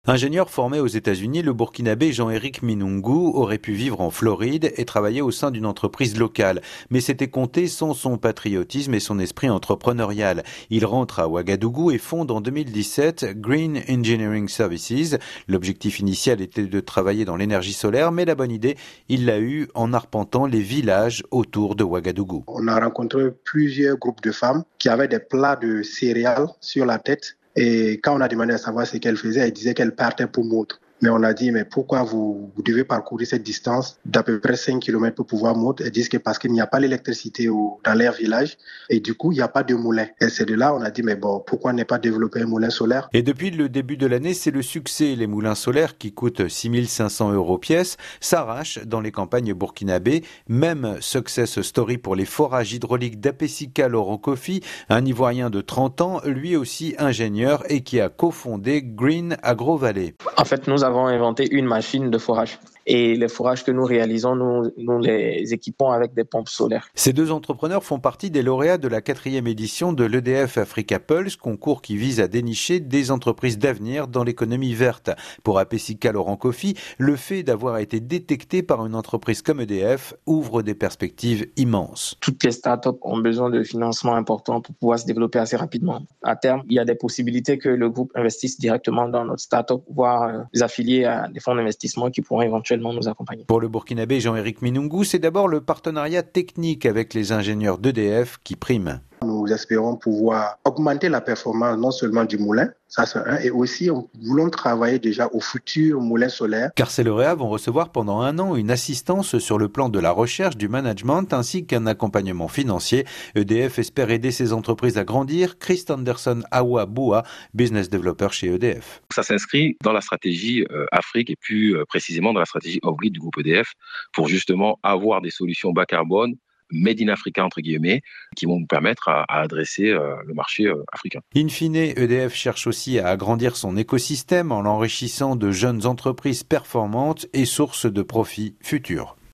Ingénieur formé aux États-Unis, le Burkinabé Jean-Éric Minungu aurait pu vivre en Floride et travailler au sein d'une entreprise locale. Mais c'était compté sans son patriotisme et son esprit entrepreneurial. Il rentre à Ouagadougou et fonde en 2017 Green Engineering Services. L'objectif initial était de travailler dans l'énergie solaire, mais la bonne idée, il l'a eue en arpentant les villages autour de Ouagadougou. On a rencontré plusieurs groupes de femmes qui avaient des plats de céréales sur la tête. Et quand on a demandé à savoir ce qu'elle faisait, elle disait qu'elle partait pour Moudre. Mais on a dit, mais pourquoi vous devez parcourir cette distance d'à peu près 5 km pour pouvoir Moudre? Elles disent que parce qu'il n'y a pas l'électricité dans leur village et du coup, il n'y a pas de moulin. Et c'est de là on a dit, mais bon, pourquoi ne pas développer un moulin solaire? Et depuis le début de l'année, c'est le succès. Les moulins solaires qui coûtent 6 500 € pièce s'arrachent dans les campagnes burkinabées. Même success story pour les forages hydrauliques d'Apessica Laurent Kofi, un Ivoirien de 30 ans, lui aussi ingénieur et qui a cofondé Green Agro Valley. En fait, nous avons inventé une machine de forage. Et les forages que nous réalisons, nous les équipons avec des pompes solaires. Ces deux entrepreneurs font partie des lauréats de la 4e édition de l'EDF Africa Pulse, concours qui vise à dénicher des entreprises d'avenir dans l'économie verte. Pour Apessica Laurent Kofi, le fait d'avoir été détecté par une entreprise comme EDF ouvre des perspectives immenses. Toutes les startups ont besoin de financement important pour pouvoir se développer assez rapidement. À terme, il y a des possibilités que le groupe investisse directement dans notre startup, voire les affilier à des fonds d'investissement qui pourront éventuellement nous accompagner. Pour le Burkinabé Jean-Éric Minungu, c'est d'abord le partenariat technique avec les ingénieurs d'EDF qui prime. Nous espérons pouvoir augmenter la performance non seulement du moulin, ça c'est un, et aussi nous voulons travailler déjà au futur moulin solaire. Car ces lauréats vont recevoir pendant 1 an une assistance sur le plan de la recherche, du management ainsi qu'un accompagnement financier. EDF espère aider ces entreprises à grandir. Chris Anderson Awa Boua, business developer chez EDF. Ça s'inscrit dans la stratégie Afrique et plus précisément dans la stratégie off-grid du groupe EDF pour justement avoir des solutions bas carbone, made in Africa entre guillemets, qui vont nous permettre à adresser le marché africain. In fine, EDF cherche aussi à agrandir son écosystème en l'enrichissant de jeunes entreprises performantes et sources de profits futurs.